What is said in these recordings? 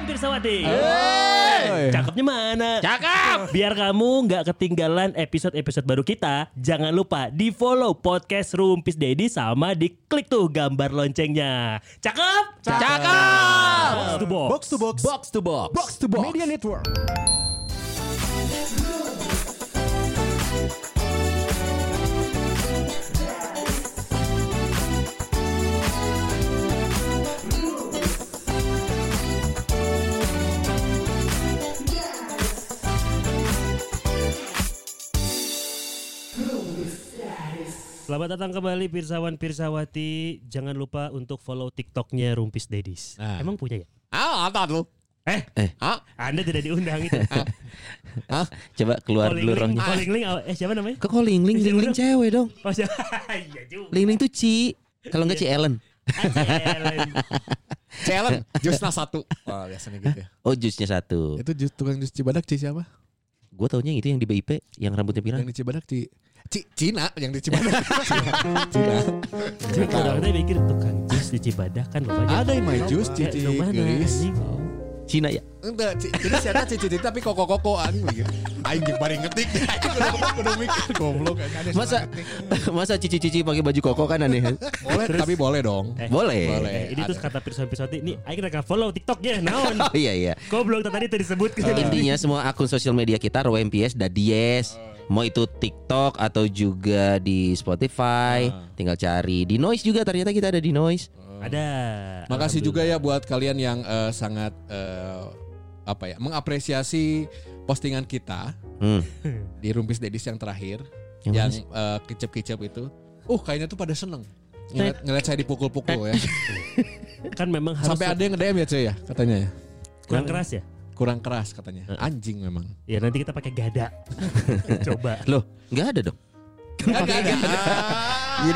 Pirsawati. Hey. Cakepnya mana? Cakep. Biar kamu nggak ketinggalan episode-episode baru kita, jangan lupa di follow podcast Rumpis Dedi sama diklik tuh gambar loncengnya. Cakep? Cakep. Box to box. Box to box. Box to box. Box to box. Media Network. Selamat datang kembali Pirsawan Pirsawati. Jangan lupa untuk follow TikToknya Rumpis Dedis. Nah. Emang punya ya? Apa lu? Anda tidak diundang itu. Coba keluar dulu rohnya. Calling link. Siapa namanya? Kok Ling Ling Siapa? cewek dong. Oh siapa? Iya juga. Ling Ling tuh Ci. Kalau enggak Ci Ellen. Challenge. Jusna 1. Oh biasanya gitu ya. Oh jusnya satu. Itu tukang jus Cibadak Ci siapa? Gue taunya itu yang di BIP yang rambutnya pirang. Yang di Cibadak Ci. Cina yang di Cibadak. Cina. Kalau kita mikir tukang jus di Cibadak kan bapaknya. Ada yang main jus Cici gelis. Cina ya. Enggak, ini siapa Cici tapi koko-kokoan gitu. Aing jeung bari ngetik. Kudu mikir goblok kan. Masa cici-cici pakai baju koko kan aneh. Boleh tapi boleh dong. Boleh. Ini tuh kata Pirsawan Pirsawati. Ini aing rek follow TikToknya. Naon? Oh iya. Goblok tadi disebutkan. Intinya semua akun sosial media kita RoMPS dan Dies. Mau itu TikTok atau juga di Spotify, tinggal cari di Noise juga. Ternyata kita ada di Noise. Ada. Makasih juga ya buat kalian yang sangat mengapresiasi postingan kita di Rumpis Dedis yang terakhir, yang kicep-kicep itu. Kayaknya tuh pada seneng ngeliat saya dipukul-pukul ya. Kan memang harus Sampai ada yang nge-DM ya cuy ya katanya ya. kurang keras ya. Kurang keras katanya. Anjing memang. Ya nanti kita pakai gada. Coba. Loh, nggak ada dong. Gak ada. Jadi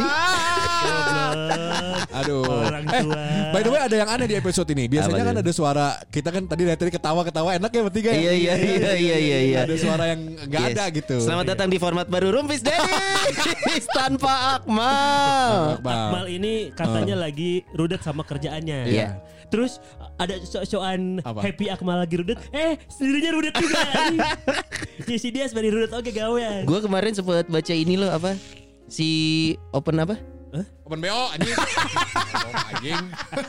Aduh. Orang tua. By the way ada yang aneh di episode ini. Biasanya Apa kan tuh? ada suara. Kita kan tadi dari ketawa-ketawa enak ya bertiga ya. Iya. Ada suara yang nggak Yes. ada gitu. Selamat datang di format baru Rumpis Dedis tanpa Akmal. Akmal ini katanya lagi rudet sama kerjaannya. Iya. Terus ada so-soan Apa? happy Akmal lagi rudet. Sendirinya rudet juga. Ya si dia sebagai rudet oke gawean. Gue kemarin sempat baca ini loh apa? Si open apa? Open BO anjing. Anjing.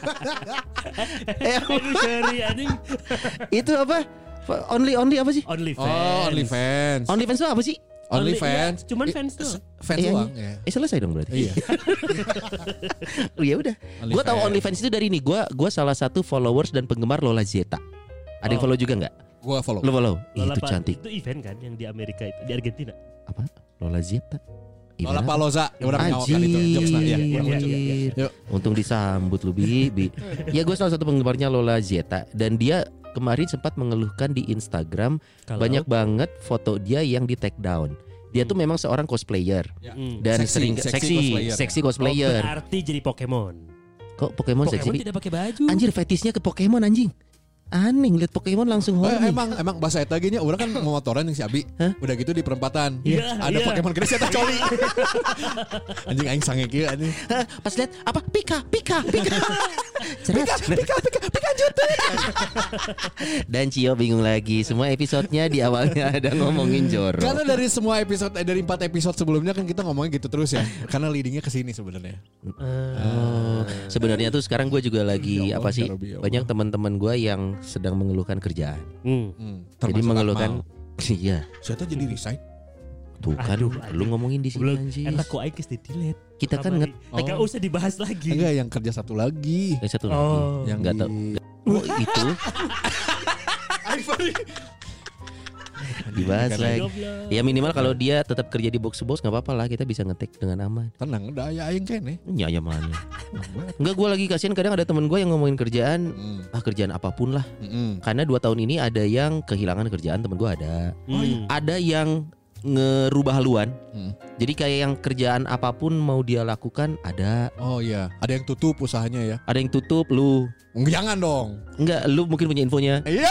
Aduh sorry anjing. Itu apa? Only apa sih? OnlyFans. Oh, OnlyFans. OnlyFans itu apa sih? OnlyFans. Cuman fans tuh. Fans Iya, doang iya. ya. Selesai dong berarti. Iya. Oh, ya udah. Gue tahu OnlyFans itu dari ini. Gue salah satu followers dan penggemar Lola Zeta. Ada yang follow juga nggak? Gua follow. Lo follow? Lola Itu cantik. Itu event kan yang di Amerika itu, di Argentina. Apa? Lola Zeta. Lola Gimana? Paloza. Ya udah menyawakan itu jokesnya ya. Anjir. Yuk. Untung disambut lu Bi. Ya gue salah satu penggemarnya Lola Zeta. Dan dia kemarin sempat mengeluhkan di Instagram Kalau- banyak banget foto dia yang di take down. Dia tuh memang seorang cosplayer Ya. dan Seksi, sering seksi cosplayer. seksi Oh, cosplayer. berarti jadi Pokemon. Kok Pokemon Pokemon seksi? tidak pakai baju. Anjir fetisnya ke Pokemon anjing. Aneh ngeliat Pokemon langsung horny. Emang bahasa eta gini orang kan memotoran yang si Abi. Hah? Udah gitu di perempatan. Iya, Ada iya. Pokemon gede saya coli. Anjing aing sange kieu anjing. Hah, pas lihat apa Pika. Cerat. Pika jutut. Dan Cio bingung lagi. Semua episodenya di awalnya ada ngomongin jorok. Karena dari semua episode dari 4 episode sebelumnya kan kita ngomongin gitu terus ya. Karena leadingnya ke sini sebenarnya. Sebenarnya tuh sekarang gue juga lagi Ya Allah, apa sih? ya Rabbi, ya Allah. Banyak teman-teman gue yang sedang mengeluhkan kerjaan. Jadi Termasuk mengeluhkan Akmal. iya. Saya tuh jadi resign. Tuh kan Aduh, lu ngomongin di sini Belum. anjir. Enak kok aing geus di-delete. Kita kan Enggak usah dibahas lagi. Enggak yang kerja satu lagi. Yang satu Oh. lagi. Yang Enggak di- tahu. Oh itu dibahas Kan lagi. Goblok. Ya minimal kalau dia tetap kerja di box to box nggak apa-apa lah, kita bisa ngetek dengan aman. Tenang udah ya aing kene. Ya mana? Enggak, gue lagi kasihan kadang ada temen gue yang ngomongin kerjaan, kerjaan apapun lah. Karena 2 tahun ini ada yang kehilangan kerjaan, temen gue ada. Ada yang ngerubah haluan. Jadi kayak yang kerjaan apapun mau dia lakukan ada. Oh iya, ada yang tutup usahanya ya. Ada yang tutup lu. Jangan dong. Enggak, lu mungkin punya infonya. Iya.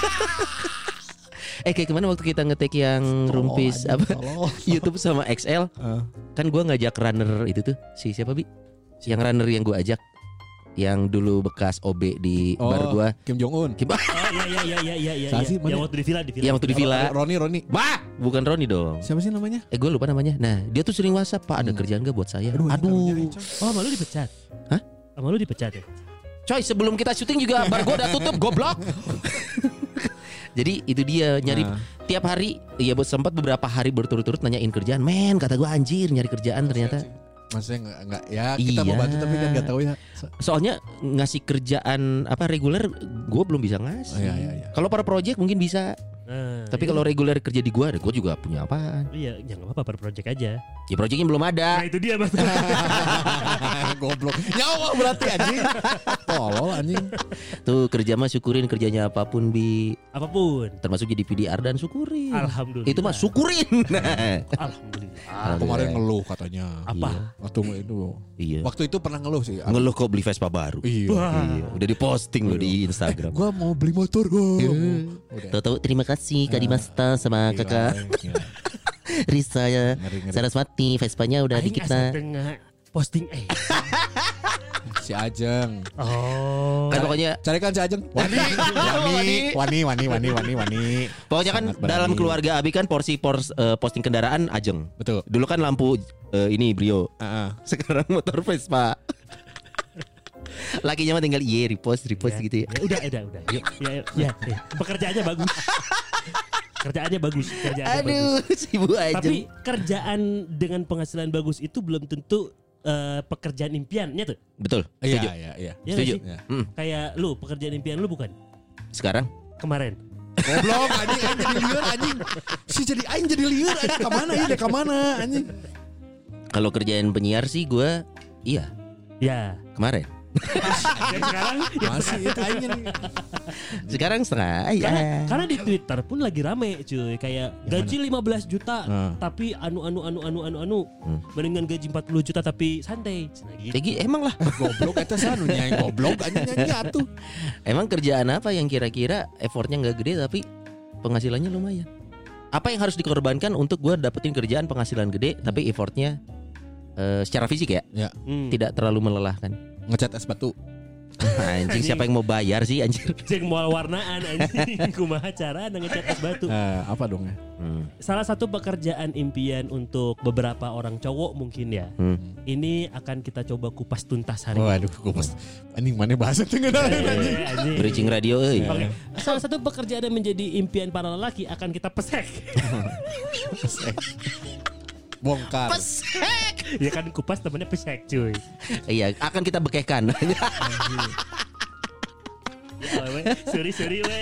Kayak kemana waktu kita ngetek yang Rumpis apa YouTube sama XL. Kan gue ngajak runner itu tuh. Si siapa Bi? Yang runner yang gue ajak. yang dulu bekas OB di bar gua. Kim Jong Un. Oh iya. Sasi, mana? Yang waktu di villa. Yang waktu di villa. Roni. Bah, bukan Roni dong. Siapa sih namanya? Gue lupa namanya. Nah, dia tuh sering WhatsApp, Pak, ada kerjaan gak buat saya? Aduh. Oh, malu dipecat. Hah? Malu dipecat ya? Coy, sebelum kita syuting juga bar gua udah tutup, goblok. Jadi itu dia nyari tiap hari. Iya, sempat beberapa hari berturut-turut nanyain kerjaan. Men, kata gua anjir nyari kerjaan ternyata. Maksudnya enggak ya kita mau bantu tapi kan enggak tahu ya. Soalnya ngasih kerjaan apa reguler gue belum bisa ngasih. Iya. Kalau para project mungkin bisa. Tapi kalau reguler kerja di gue juga punya apaan? Iya, jangan apa-apa per project aja. Ya projectnya belum ada. Nah itu dia mas. Goblok. Nyawa berarti anjing. Tolol anjing. Tuh kerja mah syukurin kerjanya apapun bi. Apapun. Termasuk jadi PDR dan syukurin. Alhamdulillah. Itu mah syukurin. Alhamdulillah. Kemarin ngeluh katanya. Apa? Waktu itu. Iya. Waktu itu pernah ngeluh sih. Ngeluh kok beli Vespa baru. Iya. Udah diposting loh di Instagram. Gua mau beli motor gua. Tahu-tahu terima kasih Kak Dimasta sama Kakak Risa ya. Saraswati, Vespanya udah di kita. Posting Si Ajeng. Oh. Kan pokoknya Carikan si Ajeng. Wani. Pokoknya kan dalam keluarga Abi kan posting kendaraan Ajeng. Betul. Dulu kan lampu ini Brio. Sekarang motor Vespa. Lakinya mah tinggal repost gitu ya. Udah. Yuk. Ya. Pekerjaannya bagus. Kerjaannya bagus. Sibuk aja. Tapi kerjaan dengan penghasilan bagus itu belum tentu pekerjaan impiannya tuh. Betul. Setuju. Iya. Setuju. Kayak lu pekerjaan impian lu bukan? Sekarang? Kemarin. Goblok anjing jadi liar anjing. Si jadi aing jadi liar anjing kemana anjing. Kalau kerjaan penyiar sih gue iya. Ya. Kemarin. Sekarang masih itu aing nih. Sekarang setengah ya. Karena di Twitter pun lagi rame cuy. Kayak gaji 15 juta tapi anu mendingan gaji 40 juta tapi santai. Gitu. Emang lah. Goblok eta sanunya yang goblok anjing atuh. Emang kerjaan apa yang kira-kira effortnya gak gede tapi penghasilannya lumayan? Apa yang harus dikorbankan untuk gue dapetin kerjaan penghasilan gede tapi effortnya secara fisik ya? Tidak terlalu melelahkan. Ngecat es batu. Anjing siapa yang mau bayar sih anjir? Cek mau warnaan anjing. Kumaha cara ngecat es batu. Apa dong ya? Salah satu pekerjaan impian untuk beberapa orang cowok mungkin ya. Ini akan kita coba kupas tuntas hari ini. Waduh, kupas. Anjing mana bahasa tengah anjing. Bridging radio euy. Oke. Salah satu pekerjaan yang menjadi impian para lelaki akan kita pesek. Bongkar. Pesek. Ya kan kupas temennya pesek cuy. Iya, akan kita bekehkan. Suri we.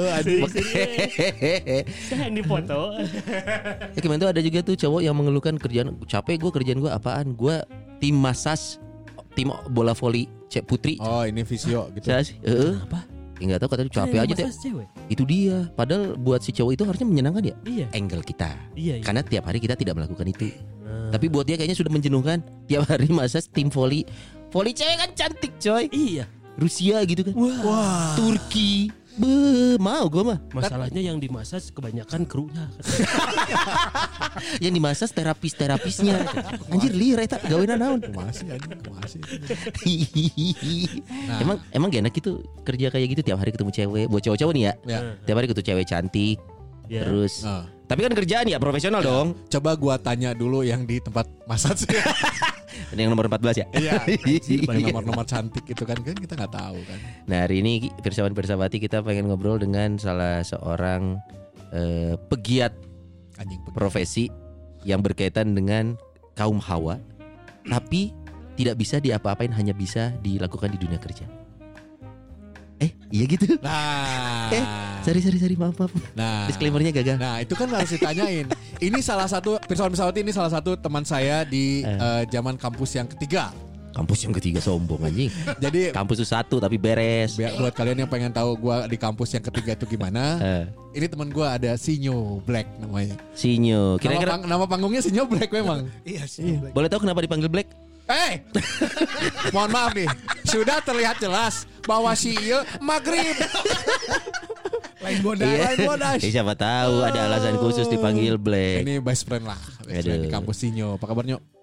Saya yang dipoto. Kemarin tuh ada juga tuh cowok yang mengeluhkan kerjaan capek kerjaan gue apaan? Gue tim massage, tim bola voli cek putri. Oh, ini visio gitu. Saya sih. Apa? Enggak tahu katanya capek aja teh. Itu dia. Padahal buat si cowok itu harusnya menyenangkan ya. Iya. Angle kita. Iya. Karena tiap hari kita tidak melakukan itu. Tapi buat dia kayaknya sudah menjenuhkan. Tiap hari massage tim voli. Voli cewek kan cantik coy. Iya. Rusia gitu kan. Wah. Turki. Mau gue mah. Masalahnya yang dimasas kebanyakan krunya. Yang dimasas terapisnya. Anjir liar eta gawean naon? Masih. Emang gak enak gitu kerja kayak gitu tiap hari ketemu cewek. Buat cowok-cowok nih ya. Tiap hari ketemu cewek cantik. Terus tapi kan kerjaan ya profesional dong. Coba gua tanya dulu yang di tempat massage. Yang nomor 14 ya? Iya. Yang nomor cantik itu kan kita nggak tahu kan. Nah hari ini Pirsawan-Pirsawati kita pengen ngobrol dengan salah seorang pegiat profesi yang berkaitan dengan kaum hawa, tapi tidak bisa diapa-apain, hanya bisa dilakukan di dunia kerja. Iya gitu. Nah. Sorry maaf. Nah. Disclaimernya gagal. Nah itu kan harus ditanyain. Ini salah satu Pirsawan-Pirsawati ini salah satu teman saya di zaman kampus yang ketiga. Kampus yang ketiga sombong anjing. Jadi kampus itu satu tapi beres. Buat kalian yang pengen tahu gue di kampus yang ketiga itu gimana, ini teman gue ada Sinyo Black namanya. Sinyo. Kira-kira nama panggungnya Sinyo Black memang. Iya sih. Boleh tahu kenapa dipanggil Black? Mohon maaf nih, sudah terlihat jelas bahwa si Maghrib. Lain bodas. Siapa tahu ada alasan khusus dipanggil Black. Ini best friend lah di kampus Sinyo. Apa kabarnya?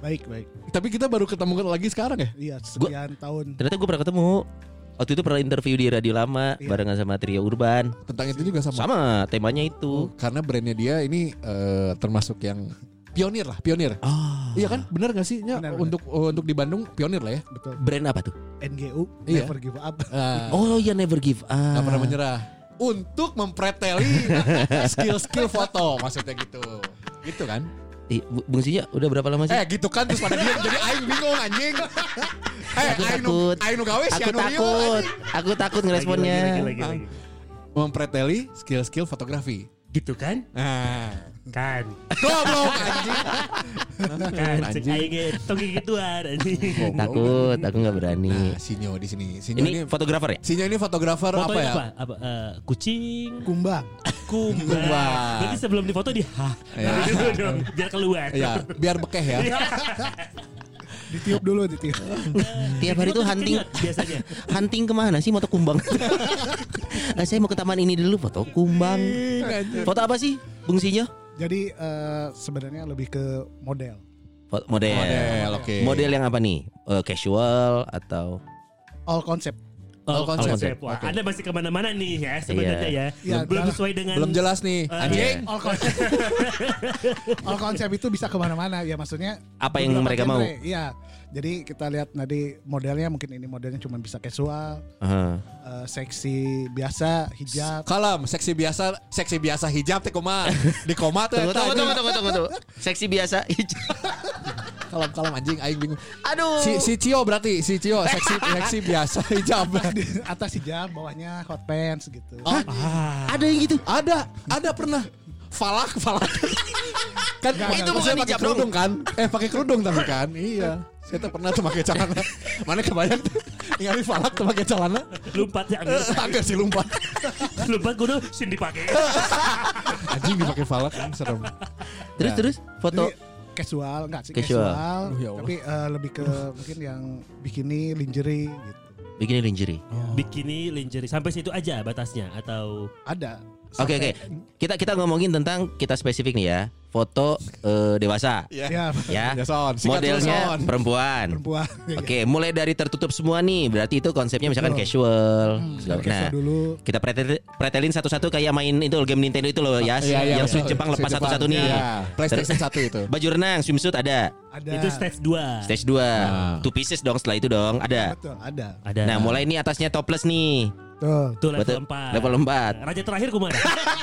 Baik. Tapi kita baru ketemu lagi sekarang ya? Iya, sekian tahun. Ternyata gue pernah ketemu. Waktu itu pernah interview di Radio Lama barengan sama Trio Urban. Tentang itu juga sama. Sama, temanya itu. Karena brandnya dia ini termasuk yang pionir. Iya kan? Benar gak sih? Benar. Untuk di Bandung pionir lah ya. Betul. Brand apa tuh? NGU, Iya. Never Give Up. Oh ya, Never Give Up. Gak pernah menyerah. Untuk mempreteli skill foto maksudnya gitu. Gitu kan? Bung Sinyo udah berapa lama sih? Gitu kan terus pada dia jadi aing bingung anjing. Aku takut. Aing nu gawe si anu ieu. Aku takut ngeresponnya. Lagi. Mempreteli skill fotografi. Gitu kan? Kan. Goblok anjing. Kan cek aing tong gituan anjing. Takut, aku nggak berani. Nah, Sinyo di sini. Sinyo Ini fotografer ya? Sinyo ini fotografer apa Fotonya ya? apa? Kucing, Kumbang. kumbang. Berarti sebelum difoto Ya. dulu dong, biar keluar. Ya, biar bekeh ya. Ditiup dulu. Tiap hari tuh hunting. Biasanya. Hunting kemana sih moto kumbang? Saya mau ke taman ini dulu foto kumbang. Foto apa sih, Bung Sinyo? Jadi sebenarnya lebih ke model. Model. Oke. Model yang apa nih? Casual atau? All concept. Oh, konsep. konsep. Wah, Oke. Anda masih kemana-mana nih ya sebenarnya ya. Iya, Belum dalam- sesuai dengan. Belum jelas nih. Anjing. All concept. All concept itu bisa kemana-mana ya, maksudnya. Apa yang beberapa mereka mau? Iya. Jadi kita lihat nanti modelnya, mungkin ini modelnya cuma bisa casual, seksi biasa, hijab. Kalem, seksi biasa hijab teh kumaha? Di koma teh. Tunggu. Seksi biasa. Kalem anjing aing bingung. Aduh. Si Cio berarti, seksi biasa hijab. Di atas hijab, bawahnya hot pants gitu. Ada yang gitu. Ada pernah. Falak. Kan Enggak, itu bukan pakai hijab kerudung kan? Pakai kerudung tapi kan? Iya. Saya tuh pernah tuh pakai celana. Mana kebayang tuh ningali falak tuh pakai celana? Lumpat ya. Agak sih lompat. Lumpat kudu sin dipake. Anjing dipakai falak kan serem. Terus foto. Jadi, casual, enggak sih Casual. casual, Ya Allah. tapi lebih ke mungkin yang bikini, lingerie gitu. Bikin lingerie. Bikini, lingerie. Sampai situ aja batasnya atau Ada. Oke. Kita ngomongin tentang kita spesifik nih ya. Foto dewasa. Ya, Ya. Ya, son. Sikat Modelnya son. perempuan. perempuan. Oke, mulai dari tertutup semua nih. Berarti itu konsepnya misalkan casual. Nah, Casual dulu. kita pretelin satu-satu kayak main itu game Nintendo itu loh ya. Iya, Yang switch Jepang lepas satu-satu nih. Iya. PlayStation 1 itu. Baju renang, swimsuit ada. Ada. itu stage 2. Stage 2. Two pieces dong setelah itu dong. Ada. Betul, ada. Ada. Nah, mulai nih atasnya topless nih. Tuh. Tuh level Betul. 4. Level 4. Raja terakhir kemana?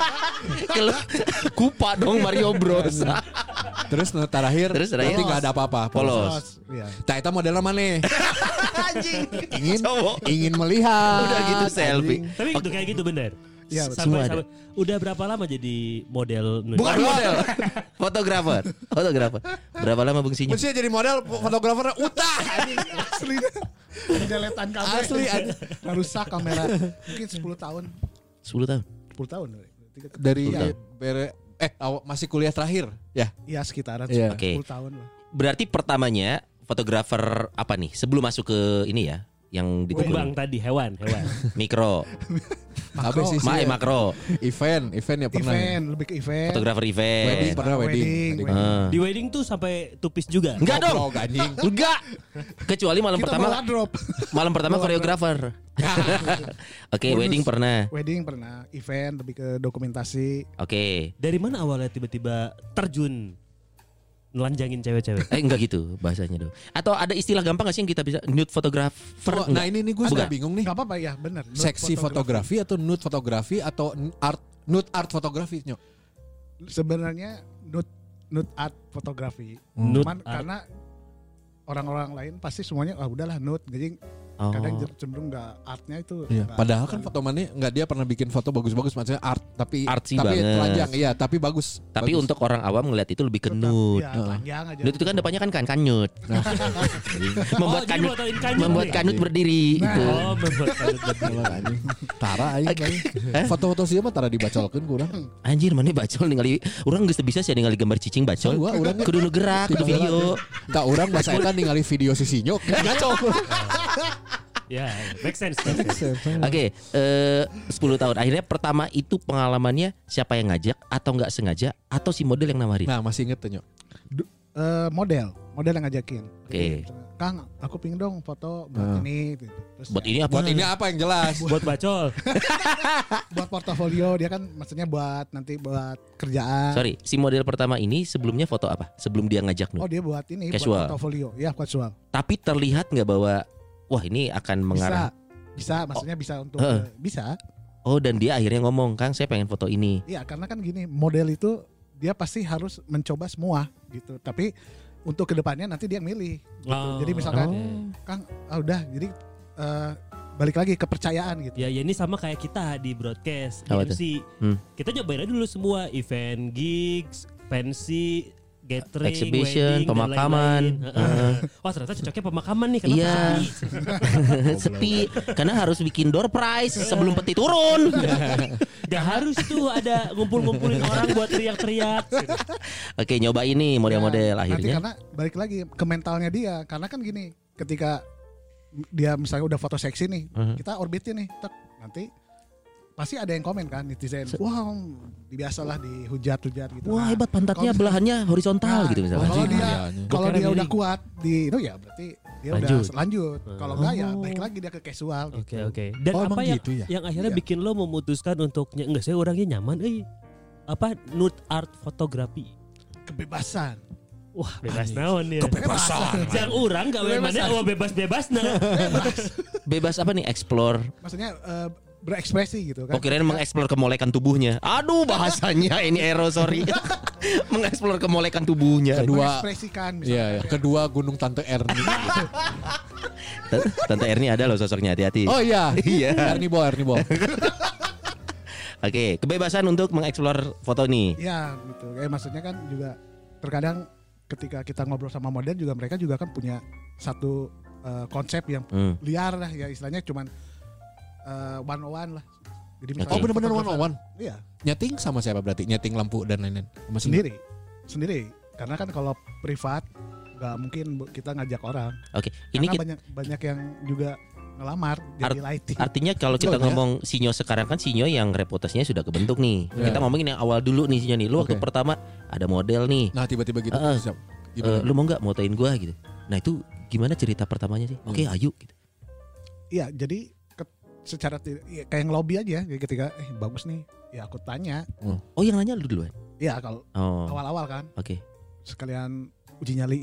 Kupa dong Mario Bros. Terus terakhir berarti nggak ada apa-apa. Polos. Iya. Nah, itu modelnya mana? Anjing. Ingin melihat. Udah gitu selfie. Tapi itu kayak gitu bener. Iya, betul. Semua ada. Udah berapa lama jadi model nude? Bukan model. Fotografer. Berapa lama Bung Sinyo? Mesti jadi model fotografer utah. Asli. Deletan kamera. Asli, anjing. Rusak kamera. Mungkin 10 tahun. 10 tahun. 10 tahun. Dari Betul. masih kuliah terakhir ya. Ya sekitaran Iya. 10 Oke. tahun lah. Berarti pertamanya fotografer apa nih? Sebelum masuk ke ini ya, yang Kumbang ditekuni tadi hewan. mikro, Apa sih makro, event ya pernah. Event, lebih ke event. fotografer event. Wedding pernah wedding. Di wedding tuh sampai tupis juga. Enggak dong. Goblok, anjing. Enggak. Kecuali malam Kita pertama. bawa drop. Malam pertama koreografer. Oke, wedding pernah. Wedding pernah. Event, lebih ke dokumentasi. Oke. Dari mana awalnya tiba-tiba terjun nelanjangin cewek-cewek? Enggak gitu bahasanya dong. Atau ada istilah gampang gak sih yang kita bisa nude photographer? Nah, ini gue Bukan. suka bingung nih. Gak apa-apa ya, benar. Nude Seksi fotografi atau nude fotografi atau nude art fotografi nyok. Sebenarnya nude art fotografi. Nude Cuman art. karena orang-orang lain pasti semuanya udahlah nude. Jadi Oh. kadang cenderung nggak artnya itu. Iya. nggak- Padahal kan foto mana nggak dia pernah bikin foto bagus-bagus maksudnya art tapi Artsy tapi banget. telanjang iya tapi bagus. Tapi Bagus. untuk orang awam ngeliat itu lebih ke tetap, nude. ya, panjang aja. Nude itu kan depannya kan kanyut. membuat dia kanut fotoin kanut membuat nih. kanut berdiri Nah. itu. Oh, membuat kanut berdiri. Emang anjing. Tara aing. Foto-foto sih mah tara dibacolkeun ku urang. Anjir mana bacol ningali urang geus bisa sih ningali gambar cicing bacol. Gua urang Kudu nu gerak, kudu video. Tak urang bahasa eta ningali video si Sinyok. Gacol. Ya, make sense. Oke, 10 tahun. Akhirnya pertama itu pengalamannya siapa yang ngajak atau nggak sengaja atau si model yang nawarin? Nah, masih inget tuh nyok. model yang ngajakin. Oke. Kang, aku pingin dong foto buat ini. Terus Buat ini apa? Buat ini apa yang jelas? Buat bacol. buat portofolio, dia kan maksudnya buat nanti buat kerjaan. Sorry, si model pertama ini sebelumnya foto apa? Sebelum dia ngajak Oh, nude. dia buat ini, Casual. buat portofolio. Ya, casual. Tapi terlihat nggak bahwa wah ini akan mengarah. Bisa, maksudnya bisa untuk bisa. Oh, dan dia akhirnya ngomong, Kang, saya pengen foto ini. Iya, karena kan gini, model itu dia pasti harus mencoba semua gitu. Tapi untuk kedepannya nanti dia milih. Gitu. Oh. Jadi misalkan, Kang, udah, jadi balik lagi kepercayaan gitu. Ya ini sama kayak kita di broadcast, di Apa MC. Kita nyobain aja dulu semua event, gigs, pensi, gathering, Exhibition, wedding, pemakaman. dan lain-lain. Wah ternyata cocoknya pemakaman nih. Kenapa? Iya. Sepi. Karena harus bikin door prize sebelum peti turun. Gak harus tuh ada ngumpul-ngumpulin orang buat teriak-teriak. Oke, nyoba ini model-model Nanti akhirnya. karena balik lagi ke mentalnya dia. Karena kan gini, ketika dia misalnya udah foto seksi nih, kita orbitin nih, nanti pasti ada yang komen kan netizen. Wah, biasalah dihujat-hujat gitu. Wah, Nah, hebat pantatnya belahannya horizontal gitu misalnya. Kalau dia Gua kira udah miring. kuat di itu ya berarti dia Lanjut. udah lanjut. Kalau enggak ya balik lagi dia ke casual gitu. Oke. Dan Oh, apa emang yang gitu ya? yang akhirnya Iya. bikin lo memutuskan untuk enggak saya orangnya nyaman, apa nude art fotografi. Kebebasan. Wah, bebas naon ya. Kebebasan. Jangan orang gawe mana bebas-bebas nah. Bebas apa nih? Explore. Maksudnya berekspresi gitu kan. Oh, kirain mengeksplor kemolekan tubuhnya. Aduh, bahasanya ini ero, sorry. Mengeksplor kemolekan tubuhnya. Kedua, Mengekspresikan iya, misalnya. kedua Gunung Tante Erni. Tante Erni ada loh sosoknya, hati-hati. Oh iya, Iya. Erni Bo. Oke, kebebasan untuk mengeksplor foto nih. Iya gitu. Maksudnya kan juga terkadang ketika kita ngobrol sama model juga mereka juga kan punya satu konsep yang liar lah ya, istilahnya cuman 101 lah. Jadi misalnya Oh bener-bener one-on-one. Iya, Nyeting sama siapa berarti? Nyeting lampu dan lain-lain. Sama sendiri. sendiri. Karena kan kalau privat nggak mungkin kita ngajak orang. Oke, ini Karena banyak yang juga ngelamar jadi lighting. artinya kalau kita Oh, iya. ngomong Sinyo sekarang kan Sinyo yang reputasinya sudah kebentuk nih. Iya. Kita ngomongin yang awal dulu nih Sinyo nih. Lu waktu Oke. pertama ada model nih. Nah tiba-tiba gitu. Siap. Lu mau nggak motoin gua gitu. Nah itu gimana cerita pertamanya sih? Oke, ayo gitu. Iya, jadi secara kayak ngelobi aja. Jadi ketika bagus nih, ya aku tanya. Oh, yang nanya lu duluan. Iya kalau Oh. awal-awal kan Oke. sekalian uji nyali.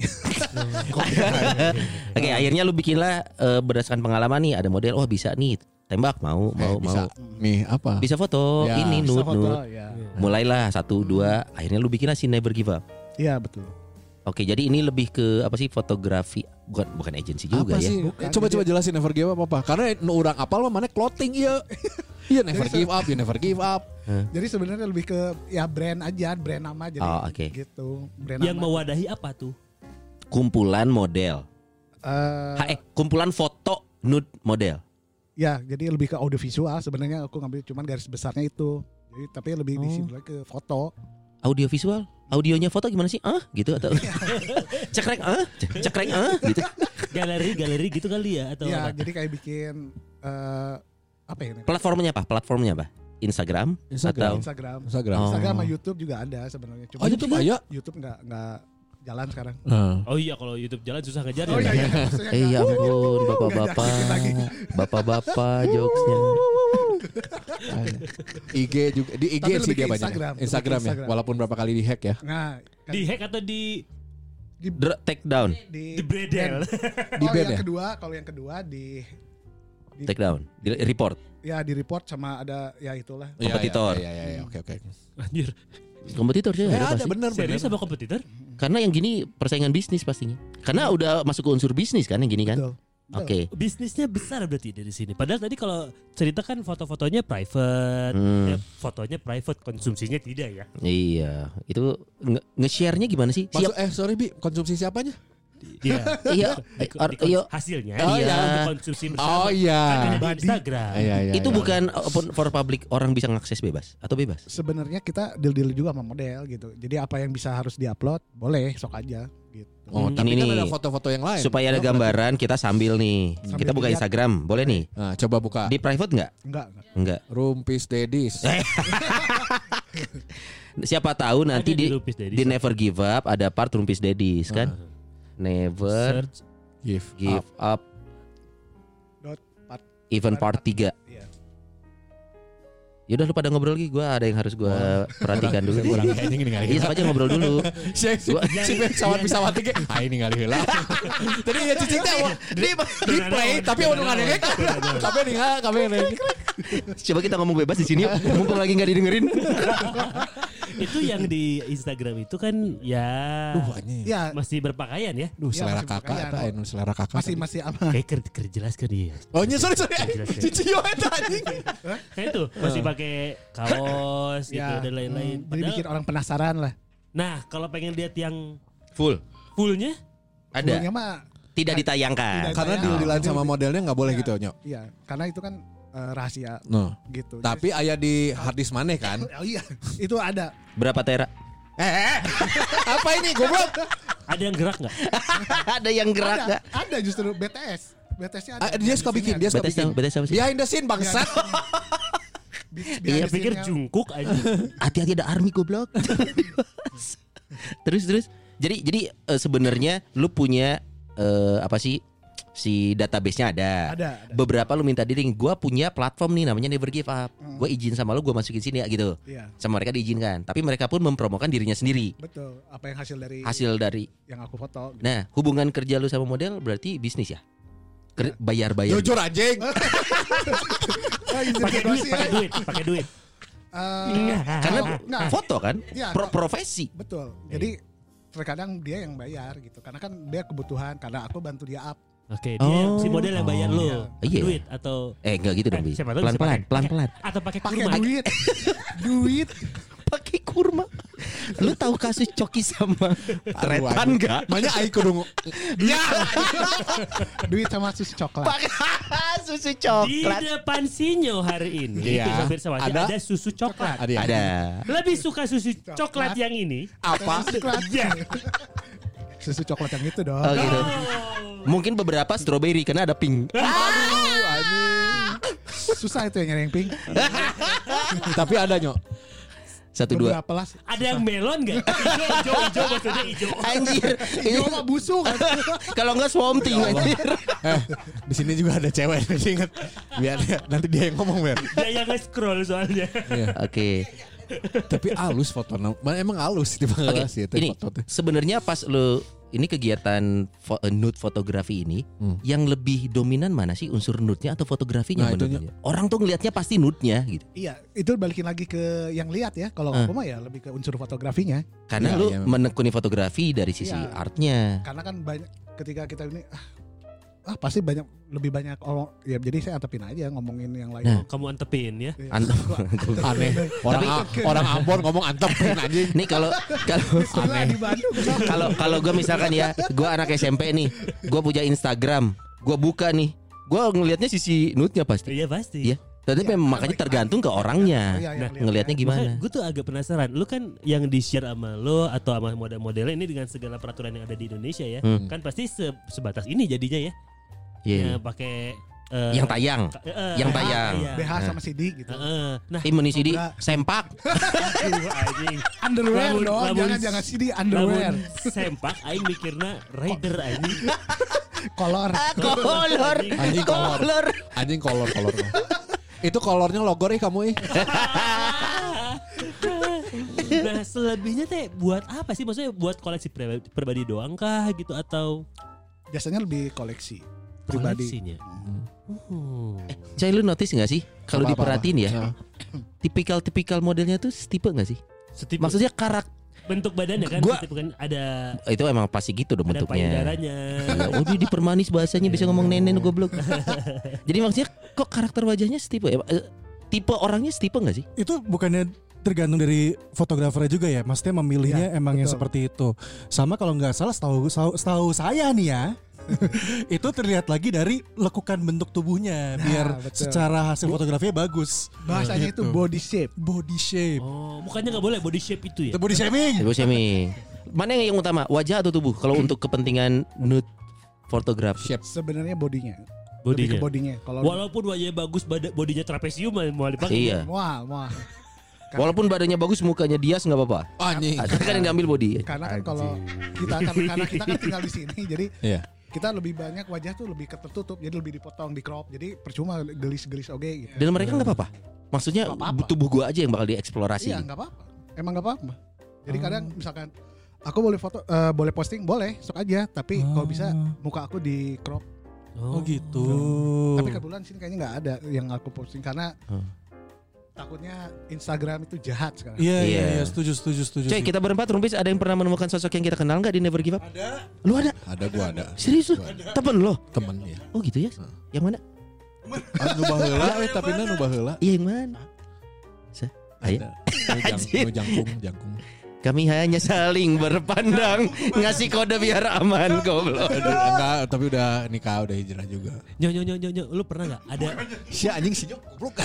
Oke, akhirnya lu bikinlah berdasarkan pengalaman nih ada model, oh bisa nih tembak mau Bisa. mau. Nih apa? Bisa foto Ya. ini Bisa nude foto, nude. ya. Mulailah 1 2, akhirnya lu bikinlah si Never Give Up. Iya betul. Oke, jadi ini lebih ke apa sih fotografi bukan agensi juga Apa ya. sih? Bukan. Coba jelasin Never Give Up apa? Karena nu urang apal mah mana clothing iya. Iya never give up, you never give up. Jadi sebenarnya lebih ke ya brand aja, brand nama jadi Oh, oke. gitu. Brand Yang nama. mewadahi apa tuh? Kumpulan model. Kumpulan foto nude model. Ya, jadi lebih ke audiovisual sebenarnya aku ngambil cuman garis besarnya itu. Jadi tapi lebih di sini lagi ke foto. Audiovisual. Audionya foto gimana sih? Gitu atau cekrek cekrek gitu. Galeri gitu kali ya atau Ya, apa? jadi kayak bikin apa ya? Platformnya apa? Instagram. Instagram. Instagram. Instagram. Oh. Instagram sama YouTube juga ada sebenarnya. Cuma Oh YouTube ayo. YouTube nggak jalan sekarang. Oh iya kalau YouTube jalan susah ngejar Oh ya. iya, maksudnya Ya nggak- ampun, nggak bapak-bapak. dikit lagi. Bapak-bapak jokesnya. IG juga di IG Tapi sih lebih dia ke banyak. Instagram. Instagram ya, Instagram. walaupun berapa kali dihack ya. Nah, kan Di hack atau di Take down. di bredel? Di Oh, band yang ya? kedua, kalau yang kedua di Take down. Di report. ya di report sama ada ya itulah. Kompetitor. Iya, oke. Anjir. Kompetitor sih ada Ada pasti. bener. Serius sama kompetitor? Karena yang gini persaingan bisnis pastinya. Karena udah masuk ke unsur bisnis kan yang gini kan. Betul. Oke. Bisnisnya besar berarti dari sini. Padahal tadi kalau cerita kan foto-fotonya private, fotonya private, konsumsinya tidak ya. Iya, itu nge-share-nya gimana sih? Maksud sorry Bi, konsumsi siapanya? Iya. Iya, iya. Hasilnya Oh, iya. iya. dikonsumsi bersama. Oh iya. Kan ada di Instagram. Iya. Itu bukan open for public, orang bisa ngakses bebas atau bebas? Sebenarnya kita deal juga sama model gitu. Jadi apa yang bisa harus diupload boleh sok aja gitu. Oh, tapi Ini kan nih, ada foto-foto yang lain. Supaya ada gambaran kita sambil nih. Sambil Kita buka dilihat. Instagram, boleh nih. Nah, coba buka Di private nggak? Enggak. Enggak. Rumpis Dedis. Siapa tahu nanti Ada di Rumpis Daddies. di Never Give Up ada part Rumpis Daddies kan. Never Search. Give up Dot part. even part 3. Iya. Yaudah lu pada ngobrol lagi, gue ada yang harus gue perhatikan dulu. kurang kayaknya ini kali. Iya sama aja ngobrol dulu. Si pesawat tiga. Ini kali heula. Tadi ya cicing teh di play tapi anu ngadenge. Tapi ninga kami ngadenge. Coba kita ngomong bebas di sini, mumpung lagi nggak didengerin. Itu yang di Instagram itu kan ya Ya, masih berpakaian ya. Selera masih kakak pakaian. eta selera kakak. masih aman. Kayak jelas ke dia. Oh nya sorry. Cici yo eta anjing. Nah itu masih pakai kaos gitu Ya. dan lain-lain. Jadi Padahal- bikin orang penasaran lah. Nah kalau pengen lihat yang Fullnya fullnya Dulunya ada, mah tidak ditayangkan. Tidak. Karena deal-dealan sama modelnya enggak boleh gitu nyok. iya, karena itu kan rahasia No. gitu. Tapi aya di hard disk maneh kan? Oh iya, itu ada. Berapa tera? Apa ini goblok? ada yang gerak nggak? Ada yang gerak Ada, nggak? ada justru BTS. BTS-nya ada. Dia suka bikin, dia suka BTS bikin. BTS apa sih? Behind the scene bangsat. Iya pikir jungkuk aja. Hati-hati ada army goblok. terus. Jadi sebenarnya lu punya apa sih? Si database-nya ada. Ada. Beberapa lu minta diri, gua punya platform nih namanya Never Give Up. Gua izin sama lu, gua masukin sini ya gitu. Iya, Sama mereka diizinkan, tapi mereka pun mempromokan dirinya sendiri. betul. Apa yang Hasil dari. yang aku foto. Gitu. Nah, hubungan kerja lu sama model berarti bisnis ya? Bayar-bayar. Jujur anjing. Pakai duit. Karena Nggak. foto kan? Iya, Profesi. betul. Jadi terkadang dia yang bayar gitu. Karena kan dia kebutuhan. Karena aku bantu dia up. Oke, dia yang si model yang bayar lu. Iya. Duit atau Enggak gitu dong, Bi. siapa tahu bisa pakai- Pelan-pelan. atau pakai Pakai kurma. duit. Pakai kurma. Lu tahu kasus Coki sama Tretan enggak? Makanya ai kudu Ya. Duit sama susu coklat. Pakai susu Di coklat. depan Sinyo hari ini Iya. Episode Firsawaja Ada. ada susu coklat. Ada. Lebih suka susu coklat yang ini. apa? Ya. Susu coklat yang itu dong. Oh gitu. Mungkin beberapa strawberry karena ada pink. Susah itu yang nyari yang pink. Tapi ada nyok. 1 2. Beberapa lah. Ada yang melon gak? Hijau maksudnya hijau. Anjir. Ini Ini mah busuk. kalau enggak swamp thing anjir. Di sini juga ada cewek ingat. Biar nanti dia yang ngomong ber. Dia yang nge-scroll soalnya. Oke. Tapi halus foto. Emang halus di Oke, bangga sih ini foto teh. sebenarnya pas lo ini kegiatan nude fotografi ini yang lebih dominan mana sih unsur nude-nya atau fotografinya Nah, itu menurut lo? Orang tuh ngelihatnya pasti nude-nya gitu. Iya, itu balikin lagi ke yang lihat ya. Kalau aku mah ya lebih ke unsur fotografinya. Karena Iya, lu iya. menekuni fotografi dari sisi Iya. artnya. Karena kan banyak ketika kita ini pasti lebih banyak orang ya, jadi saya antepin aja ngomongin yang lain. Nah. Kamu antepin ya. Iya. Aneh. Orang Ambon ngomong antepin anjing. Nih kalau Setelah di Bandung. kalau gue misalkan ya, gue anak SMP nih, gue punya Instagram, gue buka nih, gue ngelihatnya sisi nude-nya pasti. Iya pasti. Iya. Tapi Iya, memang makanya tergantung ke orangnya. Iya, iya, Ngelihatnya gimana? Gue tuh agak penasaran. Lu kan yang di-share sama lo atau sama model-modelnya ini dengan segala peraturan yang ada di Indonesia ya. Kan pasti sebatas ini jadinya ya. Iya. Ya, pakai Yang tayang. Yang tayang. BH sama CD gitu. Nah, Munisi di Enggak. sempak. anjing. Underwear Lamun- dong, lamun- jangan CD underwear. Lamun sempak aing mikirna rider anjing. Kolor. Kolor. Anjing kolor. Kolor. Anjing kolor. Itu kolornya logor kamu Nah, selebihnya teh buat apa sih? Maksudnya buat koleksi pribadi doang kah gitu atau Biasanya lebih koleksi pribadi. koleksinya? Cai, lu notice gak sih kalau Apa-apa. diperhatiin ya, tipikal modelnya tuh setipe gak sih? Setipe Maksudnya karakter bentuk badannya kan Gua- setipe kan ada itu emang pasti gitu dong ada bentuknya. payudaranya. Oh dia dipermanis bahasanya bisa ngomong nenen goblok. Jadi maksudnya kok karakter wajahnya setipe ya? Tipe orangnya setipe gak sih? Itu bukannya tergantung dari fotografernya juga ya? Maksudnya memilihnya Ya, emang yang betul. seperti itu. Sama kalau nggak salah setahu saya nih ya. Itu terlihat lagi dari lekukan bentuk tubuhnya Nah, biar betul. secara hasil fotografinya bagus. Bahasanya itu Gitu. body shape. Body shape. Oh, bukannya nggak boleh body shape itu ya? Itu body shaming. Ibu Semi, mana yang utama, wajah atau tubuh? Kalau untuk kepentingan nude fotografi. Shape. Sebenarnya bodinya. Lebih Bodinya. ke bodinya. Kalau Walaupun wajahnya bagus, bodinya trapesium mau dipakai. Iya. Wah. Walaupun badannya bagus, mukanya Dias nggak apa-apa. Anjing. Kan yang diambil body. Karena kan kalau karena kita kan tinggal di sini, jadi Iya. kita lebih banyak wajah tuh lebih tertutup, jadi lebih dipotong, di crop, jadi percuma gelis-gelis oge gitu. Dan mereka nggak apa-apa. Maksudnya Nggak apa-apa. tubuh gua aja yang bakal dieksplorasi. Iya nggak apa-apa, emang nggak apa-apa. Jadi kadang misalkan aku boleh foto, boleh posting, boleh, sok aja. Tapi kalau bisa muka aku di crop. Oh gitu. Tapi kebetulan sini kayaknya nggak ada yang aku posting karena takutnya Instagram itu jahat sekarang. Iya, setuju. Coy, kita berempat Rumpis, ada yang pernah menemukan sosok yang kita kenal nggak di Never Give Up? Ada. Lu ada? Ada, gua ada. Serius lu? Temen lo? Temen ya. Oh gitu ya? Yang mana? Nu baheula tapi nu baheula. Iya yang mana? Ayo. Nu jangkung. Kami hanya saling berpandang, ngasih kode biar aman, goblok. Enggak, tapi udah nikah, udah hijrah juga. Nyo, lu pernah nggak ada Si anjing si Jok goblok.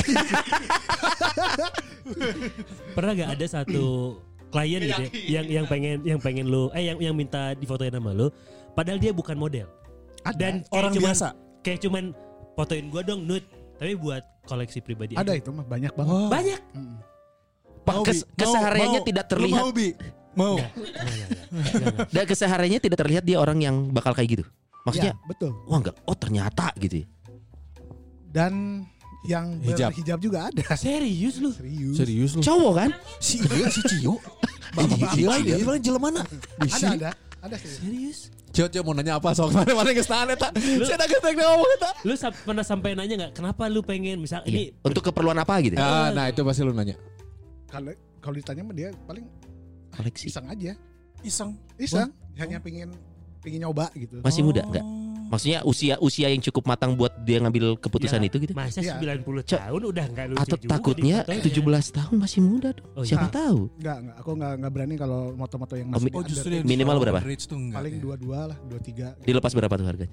pernah nggak ada satu klien gitu ya, yang pengen lu yang minta difotoin sama lu, padahal dia bukan model. Dan kayak Orang cuman, biasa. kayak cuman fotoin gua dong nude, tapi buat koleksi pribadi. Ada aja. itu mah banyak banget. Wah. Banyak. Mau, Bi? Kesehariannya Mau. tidak Lu terlihat. Mau, Bi? Mau. Dan kesehariannya tidak terlihat dia orang yang bakal kayak gitu. Maksudnya, Ya, betul. wah enggak, oh ternyata gitu ya. Dan yang Hijab. berhijab juga ada. Serius lu? Serius lu. Cowok kan? Si Cio. Gila dia. Gila jelema mana? Ada sih. Serius? Cio mau nanya apa soal mana geus tahan eta. Saya udah geus ngomong eta. Lu pernah sampai nanya nggak kenapa lu pengen misal ini Untuk keperluan apa gitu? Nah, itu pasti lu nanya. Kalau ditanya mah dia paling Koleksi. iseng aja. Iseng. Hanya pingin nyoba gitu. Masih muda enggak? Maksudnya usia yang cukup matang buat dia ngambil keputusan Ya, itu gitu? masa Iya. 90 tahun udah nggak lucu Atau juga takutnya difotonya. 17 tahun masih muda dong. Oh, Siapa iya. tahu? Enggak, aku enggak berani kalau moto-moto yang Oh, masih Oh justru yang Minimal di berapa? average tuh enggak paling ya. 22 lah, 23. Dilepas berapa tuh harganya?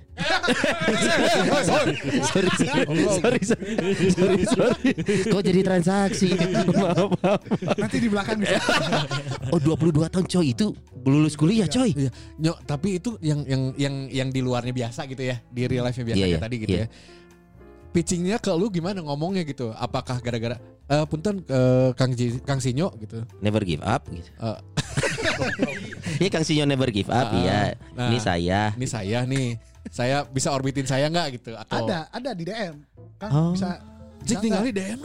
sorry. Kok jadi transaksi? Maaf. Nanti di belakang bisa. Oh 22 tahun coy, itu lulus kuliah coy. Iya. Tapi itu yang di luarnya biasa gitu ya, di real life-nya biasa Iya, kayak iya, tadi gitu iya. ya. Pitchingnya ke lu gimana ngomongnya gitu? Apakah gara-gara punten Kang Sinyo gitu? Never give up gitu. Eh, Ini Kang Sinyo never give up ya. nah. Ini saya. Ini saya bisa orbitin saya nggak gitu? Atau Ada di DM. Kan Oh. bisa Jik tinggal di DM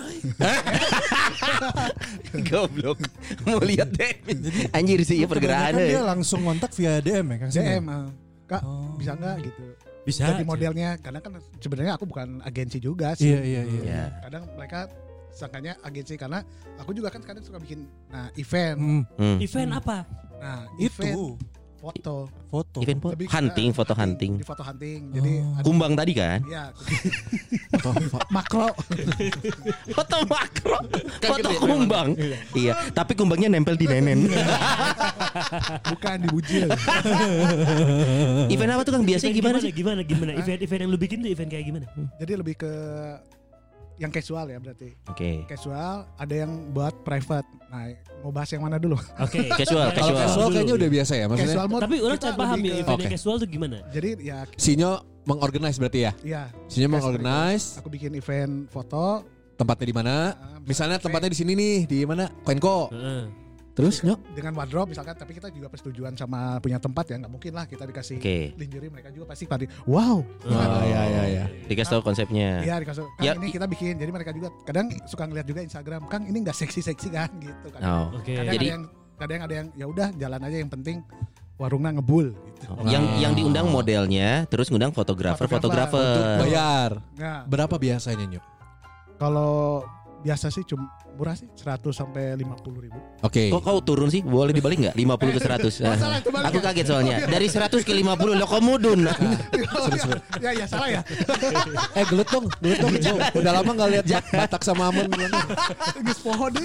Goblok. Mau lihat deh. Anjir sih ya Kebanyakan pergerakan. dia langsung kontak via DM ya Kang Sinyo? DM. Kak, bisa nggak gitu? Bisa. Jadi modelnya, karena kan sebenarnya aku bukan agensi juga sih. Iya. Ya. Kadang mereka sangkanya agensi karena aku juga kan kadang suka bikin event. Event apa? Nah, Itu event foto. foto. Event Lebih ke- hunting, foto hunting. Di foto hunting. Jadi ada- Kumbang tadi kan? Iya. Makro. Foto makro, foto kumbang. Iya, tapi kumbangnya nempel di nenen. Bukan di bujil. Event apa tuh Kang? Biasanya gimana sih? Gimana? Event yang lu bikin tuh event kayak gimana? Jadi lebih ke yang casual ya berarti. Oke. Casual, ada yang buat private. Nah, mau bahas yang mana dulu? Oke. Casual, kalau casual kayaknya udah biasa ya maksudnya. Casual mode. Tapi orang kita tidak paham lebih ya ke- event Oke. casual tuh gimana? Jadi ya, Sinyo mengorganize berarti ya? iya. Sinyo mengorganize Aku bikin event foto. tempatnya di mana? Misalnya tempatnya di sini nih, di mana? Koinko. Heeh. Terus Nyok? Dengan wardrobe misalkan, tapi kita juga persetujuan sama punya tempat ya, nggak mungkin lah kita dikasih Oke. lingerie, mereka juga pasti pada wow. Oh iya. Dikasih tahu konsepnya. Iya dikasih, Kang Ya. ini kita bikin, jadi mereka juga kadang suka ngeliat juga Instagram, Kang ini nggak seksi kan gitu kan. Oh. Oke. Kadang Jadi ada yang ya udah jalan aja, yang penting warungnya ngebul gitu. yang diundang modelnya, terus ngundang fotografer. Bayar. Nah, Berapa biasanya Nyok? kalau biasa sih cuma murah sih 100 sampai 50.000. Oke. Kok kau turun sih? Boleh dibalik nggak? 50 ke 100. Salah, itu balik Aku ya? kaget soalnya. Dari 100 ke 50 lo kok mudun. Ya salah ya. Gelut dong. Gua udah lama nggak lihat Batak sama Amon gimana. Geus poho deui.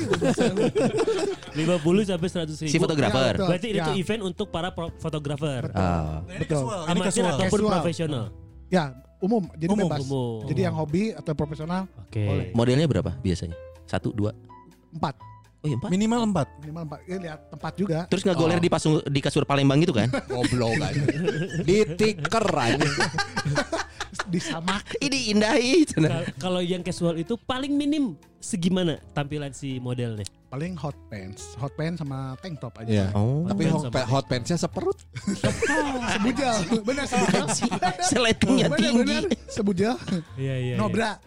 50 sampai 100 ribu. Si fotografer. Ya, betul. Berarti itu Ya. event untuk para fotografer. Ah. Ini Betul. casual. Ini Amatir casual. ataupun Casual. profesional. Ya, umum, jadi Umum, bebas. umum. Jadi yang hobi atau profesional Oke. Boleh. Modelnya berapa biasanya? 1, 2. 4, Oh iya 4. Minimal 4. minimal 4. Ya, lihat tempat juga. Terus ngegoler di kasur Palembang gitu kan? Goblok aja. Di tiker aja. Disamak. Ini indahi. Kalau yang casual itu paling minim segimana tampilan si modelnya? paling hot pants sama tank top aja. Iya. Oh. Tapi Hot pants hot pants-nya seperut. Sebujal, benar sebujal. Seletingnya tinggi. Sebujal. Iya. Nobra.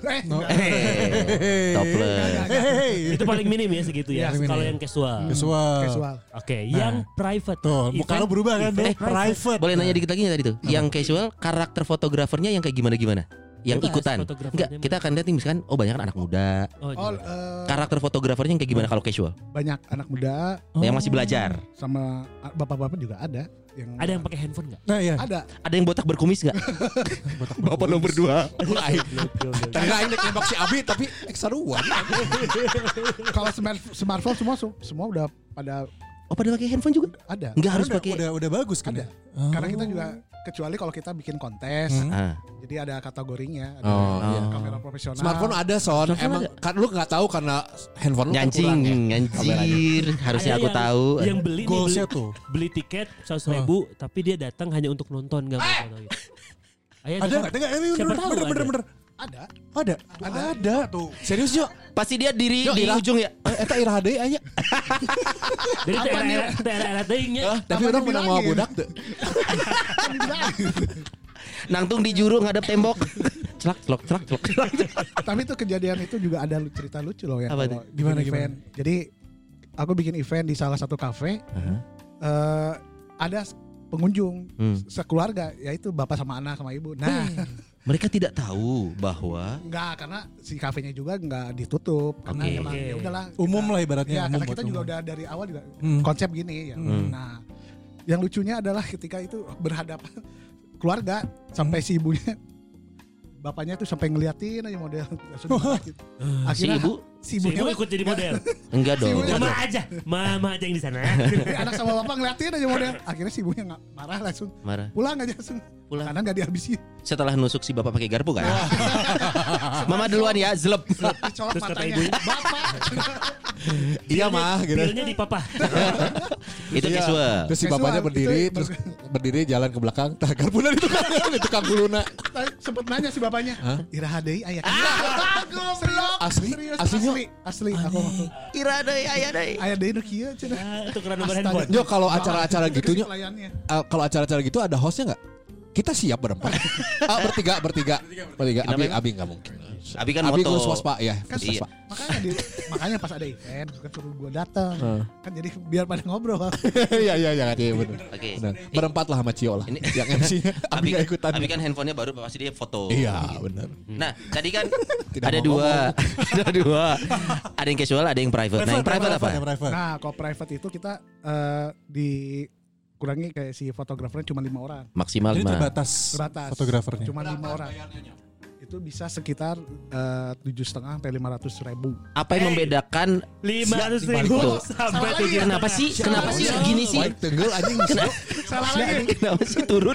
Topless. Itu paling minim ya segitu ya. Iya, Kalau minim. yang casual. Casual. Oke, yang private. Tuh, muka lo berubah kan tuh. Private. Boleh nanya dikit lagi nggak tadi tuh? Yang casual, karakter fotografernya yang kayak gimana? Yang Bebas, ikutan. fotografernya Enggak, mah. kita akan lihat nih misalkan banyak anak muda. Oh, Oh, Karakter fotografernya yang kayak gimana kalau casual? banyak anak muda Yang masih belajar. sama bapak-bapak juga ada yang ada yang pakai handphone nggak? Nah iya. ada. Ada yang botak berkumis nggak? Bapak nomor 2. Tadi lain nembak si Abi tapi eksaruan. Kalau smartphone semua udah pada Oh, pada pakai handphone juga? ada. Enggak harus pakai. Udah bagus kan Ada. ya? Karena kita juga kecuali kalau kita bikin kontes, Ah. jadi ada kategorinya, ada Oh, kamera profesional. Smartphone ada Son. Emang kan lu nggak tahu karena handphone lu kan kurang ya. Anjir. Harusnya Ada aku yang- tahu. Yang beli nih, Goalsnya tuh. beli tiket 100.000 tapi dia datang hanya untuk nonton nggak mau foto gitu. Ayo, Ada kan- nggak? Ini Siapa tahu bener. Ada. Ada tuh. Serius Jo? Pasti dia diri Yo, di Ira. ujung ya. Eta iraha deui aya. Dari daerah teuingnya. Tapi orang menang mau budak tuh. Nangtung di juru ngadep tembok. Celak. Tapi itu kejadian itu juga ada cerita lucu loh ya. Apa kalau tuh? bikin Gimana? event. Jadi aku bikin event di salah satu kafe. Ada pengunjung sekeluarga, yaitu bapak sama anak sama ibu. Nah, Mereka tidak tahu bahwa enggak, karena si kafenya juga enggak ditutup karena Oke. memang ya udahlah Umum lah ibaratnya. ya, umum karena buat kita juga umum. udah dari awal juga Hmm. konsep gini ya. Nah, yang lucunya adalah ketika itu berhadapan keluarga sampai si ibunya bapaknya tuh sampai ngeliatin aja model langsung sakit. si ibu si Si ibunya ibu ikut jadi model. enggak dong. Mama aja yang di sana. anak sama bapak ngeliatin aja model. Akhirnya si ibunya nggak marah langsung Marah. pulang aja langsung. Pulang. Karena nggak dihabisin. Setelah nusuk si bapak pakai garpu kan. Mama duluan ya, zelep. Dicolok Terus kata matanya. ibunya, Bapak. Iya mah gitu. Bilnya di papa. Itu Iya. casual. Terus si Casual, bapaknya berdiri itu- terus berdiri jalan ke belakang. Tagar pun di tukang guluna. Sempet nanya si bapaknya. Iraha deui aya. Asli? Serius, Aslinya? asli. Aku Ira deui aya deui. aya deui nu kieu cenah. Nah, tukeran nomor Astaga. handphone. Jo kalau acara-acara Itu gitunya si pelayannya. kalau acara-acara gitu ada hostnya nggak? Kita siap berempat. bertiga. Abi nggak mungkin. Abi kan Abi moto. ngurus waspa ya. Kan Iya. makanya pas ada event kan suruh gua datang. Kan jadi biar pada ngobrol. Iya benar. Oke. Benar. Berempat lah sama Cio lah. Ini- Yang MC-nya Abi nggak ikutan. Abi kan handphonenya baru pasti dia foto. Iya benar. Nah, tadi kan Tidak ada mau dua. Ada dua. Ada yang casual, ada yang private. Nah, yang private apa? Yang private. Nah, kalau private itu kita dikurangi kayak si fotografernya cuma 5 orang. Maksimal Jadi 5. terbatas Terbatas. fotografernya. Cuma 5 orang. Itu bisa sekitar 7,5 sampai 500.000. Apa yang membedakan 500.000 Tuh. sampai Salah lagi 7. ya? Kenapa sih? Kenapa sih segini sih? Baik tenggel anjing. Salah lagi. Kenapa sih turun?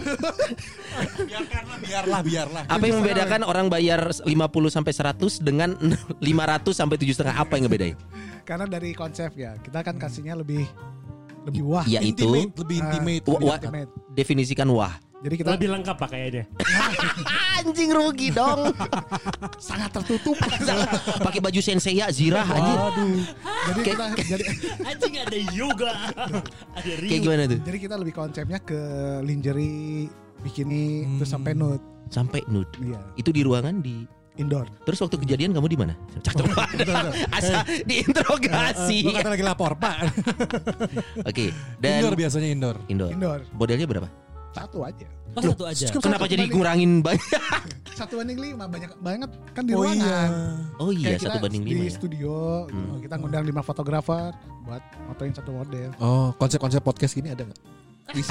Biarlah. Apa yang membedakan orang bayar 50 sampai 100 dengan 500 sampai 7,5? Apa yang ngebedain? Karena dari konsep ya, kita kan kasihnya lebih wah. Yaitu Intimate, lebih intimate. Wah, Intimate. definisikan wah. Jadi kita Lebih lengkap pak kayaknya. Anjing rugi dong. sangat tertutup. Pakai baju senseiya zirah anjing. jadi kita Anjing ada yoga. Ada Kayak Ryu. gimana tuh? jadi kita lebih konsepnya ke lingerie, bikini, terus sampai nude. Sampai nude. Iya, Itu di ruangan di indoor. Terus waktu kejadian kamu di mana? Cakep banget. Asa diinterogasi. Gua kata lagi lapor pak. Oke. Dan Indoor biasanya indoor. Indoor. Modelnya berapa? Satu aja. Oh, satu aja. Kenapa jadi ngurangin banyak? 1:5 banyak banget kan di Oh ruangan. iya. Oh iya, Kayak 1:5 di ya. studio kita ngundang 5 fotografer buat motoin satu model. Oh, konsep-konsep podcast gini ada nggak? Bisa.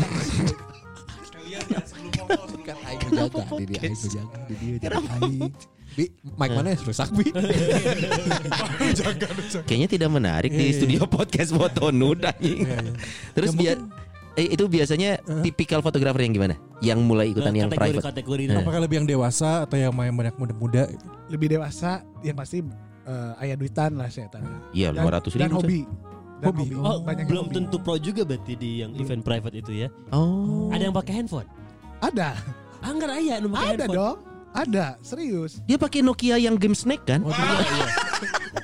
Kan aing menjaga, di dia aing menjaga, di dia jadi aing. Bi, mic mana ya rusak bi? Kayaknya tidak menarik di studio podcast foto nude anjing. Terus biar itu biasanya tipikal fotografer yang gimana? Yang mulai ikutan yang private. Kategori Apakah lebih yang dewasa atau yang main banyak muda-muda? Lebih dewasa yang pasti aya duitan lah saya tahu. Iya, 500.000. Dan hobi. Dan Hobi. Oh, banyak yang belum hobi. tentu pro juga berarti di yang event private itu ya. Oh. Ada yang pakai handphone? Ada. Anggar aya nu pakai Ada handphone. dong. Ada, serius. Dia pakai Nokia yang game snake kan? Iya, iya.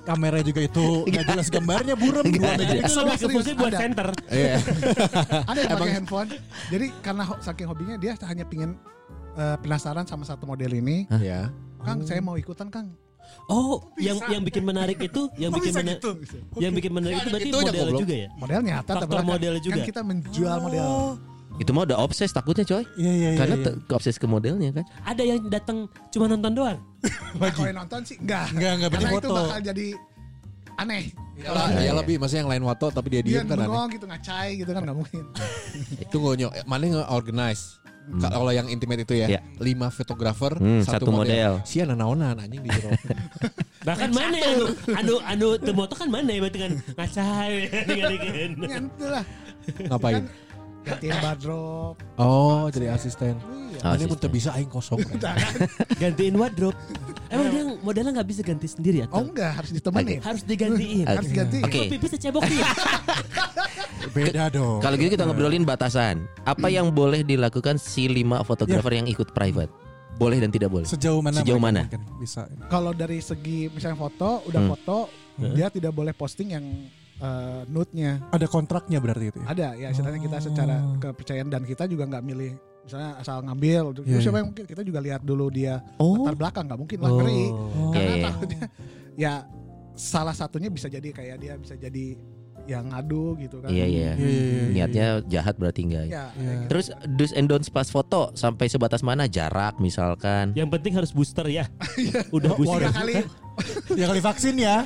Kamera juga itu nggak jelas gambarnya buram. Itu lebih ke fungsi buat center. Iya. Ada yang pakai handphone. Jadi karena saking hobinya dia hanya pingin penasaran sama satu model ini. Iya. Kang, saya mau ikutan, Kang. Oh, yang bikin menarik itu, yang bikin menarik itu berarti Itu aja modelnya goblok. juga ya? Model nyata Faktor tapi kan- modelnya juga. Kan kita menjual model. Itu mah udah obses takutnya coy. Iya. Karena obses ke modelnya kan. Ada yang datang cuma nonton doang. Nah, kalau yang nonton sih enggak. Enggak bikin Karena itu foto. bakal jadi aneh. Ya lebih maksudnya yang lain foto tapi dia Dia diem kan aneh. bengong gitu ngacai gitu kan nggak mungkin. Itu ngonyo. Mana nge-organize. Kalau yang intimate itu ya, Iya. 5 fotografer, satu model. Sia naonan anjing di jero. Bahkan mana anu temoto kan mana berarti kan ngacai tinggalikeun. Ya itu lah. Ngapain? Gantiin wardrobe. Oh, jadi asisten. Iya. Ini pun bisa aing kosong. Gantiin wardrobe. Emang dia modelnya nggak bisa ganti sendiri Oh atau enggak, harus ditemenin. harus digantiin? Harus digantiin. Oke. Kok pipis secebok dia? Beda dong. Kalau gitu kita ngobrolin batasan. Apa yang boleh dilakukan si 5 fotografer yang ikut private? Boleh dan tidak boleh. Sejauh mana? Sejauh mereka mana? mungkin bisa. Kalau dari segi misalnya foto, udah foto, dia tidak boleh posting yang nude-nya. Ada kontraknya berarti itu ya? Ada ya istilahnya kita secara kepercayaan dan kita juga nggak milih misalnya asal ngambil. Iya, Siapa yang mungkin kita juga lihat dulu dia Oh. latar belakang nggak mungkin lah ngeri. Karena Iya, iya. takutnya ya salah satunya bisa jadi kayak dia bisa jadi yang ngadu gitu kan. Iya. Niatnya jahat berarti enggak. Ya, Iya. Terus do's and don'ts pas foto sampai sebatas mana jarak misalkan. Yang penting harus booster ya. Udah booster. 3 kali. Ya kali vaksin ya.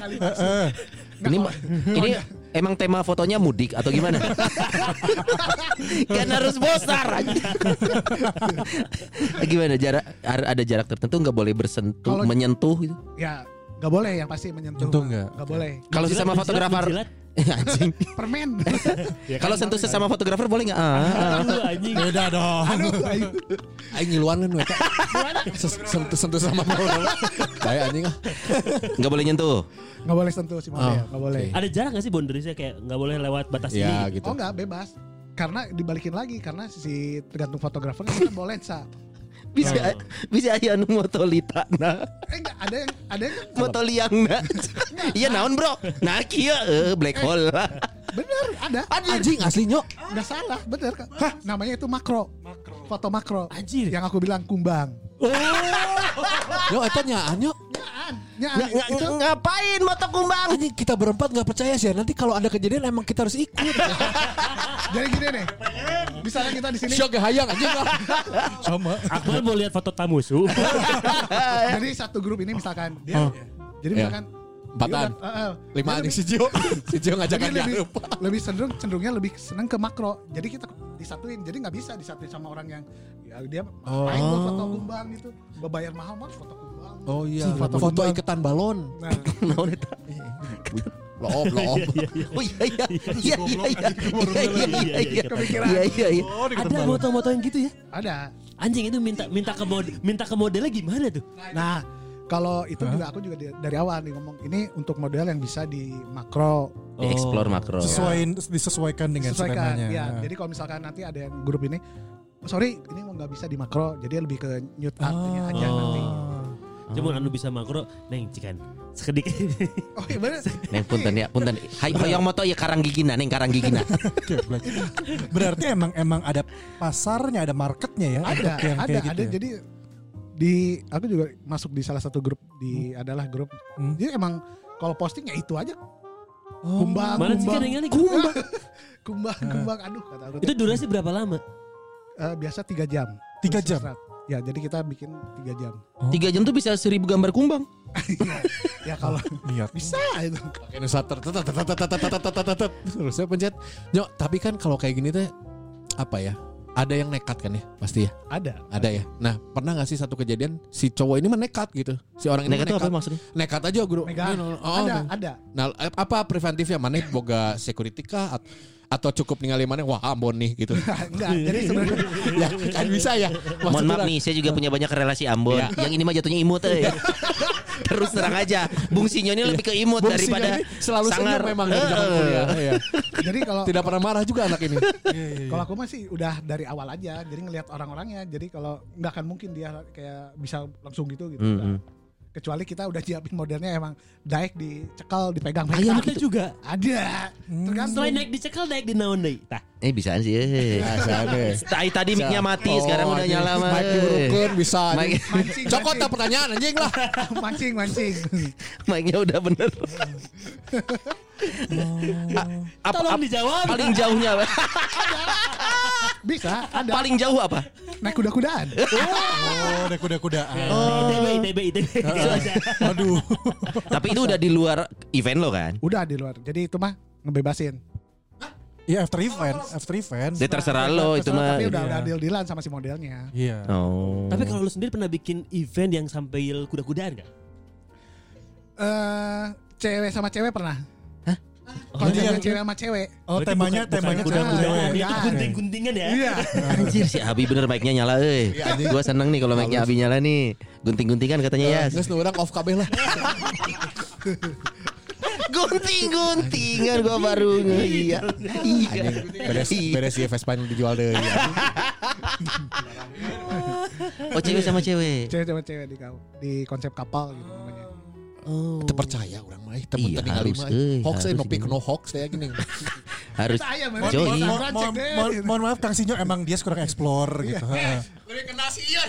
Ini emang tema fotonya mudik atau gimana? Kan harus bosar aja. Gimana jarak ada jarak tertentu nggak boleh bersentuh Kalau- menyentuh gitu. Ya nggak boleh yang pasti menyentuh. Sentuh nggak? Nggak boleh. Kalau sesama fotografer anjing. Permen. Kalau sentuh sesama fotografer boleh nggak? Aduh anjing. Beda dong. Aduh, ayo. Aing ngiluan kan eta. Sentuh sama model. Kayak anjing ah. Nggak boleh nyentuh. Nggak boleh sentuh si model. Nggak boleh. Ada jarak gak sih boundariesnya kayak nggak boleh lewat batas ini? Ya gitu. Oh enggak, bebas. Karena dibalikin lagi karena si tergantung fotografer kan kita bawa lensa. Bisa aya nu moto litana. Enggak, ada yang Moto liangna. Iya naon bro? Nah kieu black hole lah. bener ada. Anjing asli nyok. Enggak salah, bener kan. Namanya itu makro. Foto makro. Anjir. Yang aku bilang kumbang. Yo eta nyaan nyok. Itu Ngapain moto kumbang? Anjing kita berempat nggak percaya sih. Nanti kalau ada kejadian emang kita harus ikut. jadi gini nih. Misalnya kita di sini. Syok ge hayang anjing. Sama. Akmal mau lihat foto tamusu. Jadi satu grup ini misalkan dia. Jadi Iya. misalkan 4-an. 5 anjing si Cio. Si Cio ngajakan Jadi dia. lebih cenderungnya lebih seneng ke makro. Jadi kita disatuin. Jadi nggak bisa disatuin sama orang yang ya dia main gua foto kumbang gitu. Gua bayar mahal mas foto kumbang. Oh iya, Foto foto kumbang. iketan balon. Nah, Naon eta? Loob. Oh iya. kepikiran. Iya. Ada moto-moto yang gitu ya? Ada. Anjing itu minta ke modelnya gimana tuh? Nah, kalau itu juga aku juga dari awal nih ngomong ini untuk model yang bisa di makro. Di explore makro. Disesuaikan dengan Sesuaikan. skemanya. Ya, jadi kalau misalkan nanti ada yang grup ini, sorry ini mau nggak bisa di makro, jadi lebih ke nude artnya aja nanti. Cuma anu bisa makro, neng cikan sekedik. Oh iya bener. Neng punten. Hai hoyong moto ya karang gigina, neng karang gigina. Berarti emang ada pasarnya, ada marketnya ya. Ada, untuk yang kayak gitu ada. ya? Jadi aku juga masuk di salah satu grup adalah grup. Jadi emang kalau posting ya itu aja. Kumbang, Mana cikan yang ini kumbang? kumbang. Aduh kata aku. Itu durasi berapa lama? Biasa 3 jam. 3 jam? Ya jadi kita bikin 3 jam. 3 jam tuh bisa 1000 gambar kumbang. Ya kalau Niat. bisa itu. Pakai nusater. Terusnya pencet. Nyok, tapi kan kalau kayak gini teh apa ya? Ada yang nekat kan ya? Pasti ya? Ada ya. Nah, pernah gak sih satu kejadian si cowok ini mah nekat gitu. Si orang ini Nekat mah itu apa maksudnya? Nekat aja guru. Megang. Ada. Nah, apa preventifnya? Mana boga security kah? Atau cukup ninggalin mana? Wah, ambon nih gitu. Enggak, jadi sebenarnya Ya kan bisa ya. Mohon maaf nih, saya juga punya banyak relasi Ambon. Yang ini mah jatuhnya imut Terus terang aja, Bung Sinyo ini lebih ke imut Bung daripada Sinyo ini selalu sangar. senyum memang dari zaman kuliah. Iya. jadi kalau Tidak pernah marah juga anak ini. kalau aku masih udah dari awal aja, jadi ngelihat orang-orangnya. Jadi kalau nggak akan mungkin dia kayak bisa langsung gitu. Enggak. Kecuali kita udah siapin modelnya emang naik dicekal dipegang. Ada juga. Ada. Tergantung. Selain naik dicekal naik di naon deui? Tah. Bisaan sih. Tadi mic-nya mati, sekarang udah nyala mah. Mic diburukeun bisa. Mancing. Cokot tak pertanyaan anjing lah. Mancing. Mic-nya udah bener. Tolong dijawab. Paling jauhnya apa? Bisa, ada. Paling jauh apa? Naik kuda-kudaan. Oh, ada kuda-kudaan. ITB. Aduh. Tapi itu udah di luar event lo kan? Udah di luar. Jadi itu mah ngebebasin. Iya, after event. Dia terserah lo itu mah. Tapi udah deal-dealan sama si modelnya. Iya. Oh. Tapi kalau lu sendiri pernah bikin event yang sampai kuda-kudaan gak? Cewek sama cewek pernah. Oh, Kalau cewek sama cewek. Oh, temanya kuda-kudaan. cewek. Itu gunting-guntingan ya. Iya. Anjir si Abi bener mic-nya nyala euy. Gua seneng nih kalau mic-nya Abi nyala nih. Gunting-guntingan katanya ya. Geus nu urang off kabeh lah. Gunting-guntingan gua baru iya. Beres si Vespa dijual deui. Oh, cewek sama cewek. Cewek sama cewek di konsep kapal gitu namanya. Oh. Terpercaya urang mah temen Iya, ningali harus, mah. Hoax harus nopi ini. no hoax saya gini. Harus Saya join. Mohon maaf Kang Sinyo, emang dia kurang explore gitu. Udah kena sih ya.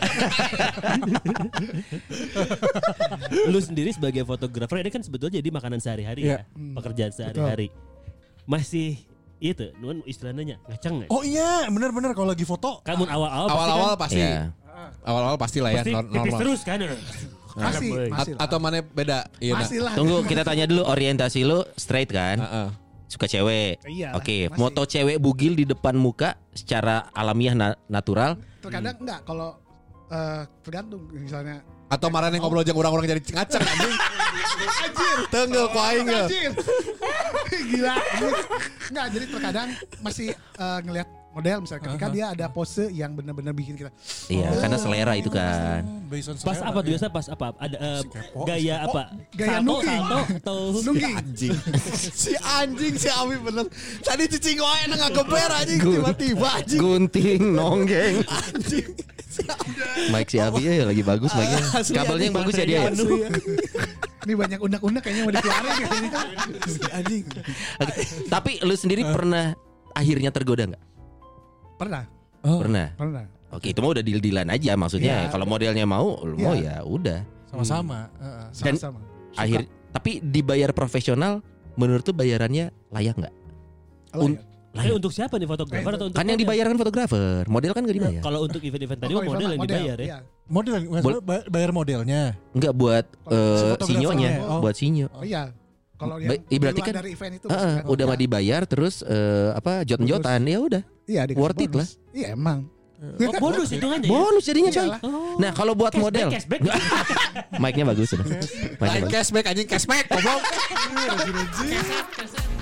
Lu sendiri sebagai fotografer ini kan sebetulnya jadi makanan sehari-hari ya. Pekerjaan sehari-hari. Masih itu nun istilahnya ngacang nggak? Oh iya, benar kalau lagi foto. Kamu Awal-awal pasti. Iya. Awal-awal pasti lah ya pasti pipis normal. terus kan. Masih lah. Atau mana beda? Iya. Masih lah. Tunggu kita tanya dulu orientasi lu straight kan? Heeh. Suka cewek. Iya, Oke, masih. moto cewek bugil di depan muka secara alamiah natural. Terkadang enggak kalau tergantung misalnya. Atau marah yang ngobrol jeung orang-orang jadi ngacang anjing. Anjir. Tenggel ku aing ge. Anjir. Gila. Enggak, jadi terkadang masih ngelihat model misalnya ketika dia ada pose yang benar-benar bikin kita. Iya, karena selera itu kan. Based on Pas selera, apa ya. biasa pas apa? Ada kepo. gaya apa? Gaya nungging. Atau Nungging. Anjing. Si anjing si Abi bener. Tadi cicing wae nang ngageber anjing tiba-tiba anjing. Gunting nonggeng. Anjing. Mike si Abi ya lagi bagus mic-nya. Asli, Kabelnya yang bagus ya dia. ya? Asli ya. Ini banyak undak-undak kayaknya mau dikeluarin kayaknya. Anjing. Oke. Tapi lu sendiri pernah akhirnya tergoda nggak? Pernah. Pernah. Oke, itu mah udah deal-dealan aja maksudnya. Iya. Kalau modelnya mau, lu mau ya udah. Sama-sama. Dan Sama-sama. akhir tapi dibayar profesional menurut tuh bayarannya layak nggak? Layak. untuk siapa nih fotografer atau untuk Kan yang model? dibayar kan fotografer, model kan nggak dibayar. Kalau untuk event-event tadi Oh, mah model yang dibayar ya. Iya. Model, maksudnya bayar modelnya. Enggak buat fotografernya. sinyonya, Oh. buat sinyo. Oh iya. Kalau Ba- yang berarti di luar kan- dari event itu Udah mah dibayar terus jot-jotan ya udah. Iya, dikasih worth it bonus. lah. Iya emang. Oh, bonus hitungannya ya. Bonus jadinya coy. Iyalah. Nah kalau buat model, Cashback. mic-nya bagus. Mic-nya bagus. Cashback anjing cashback goblok.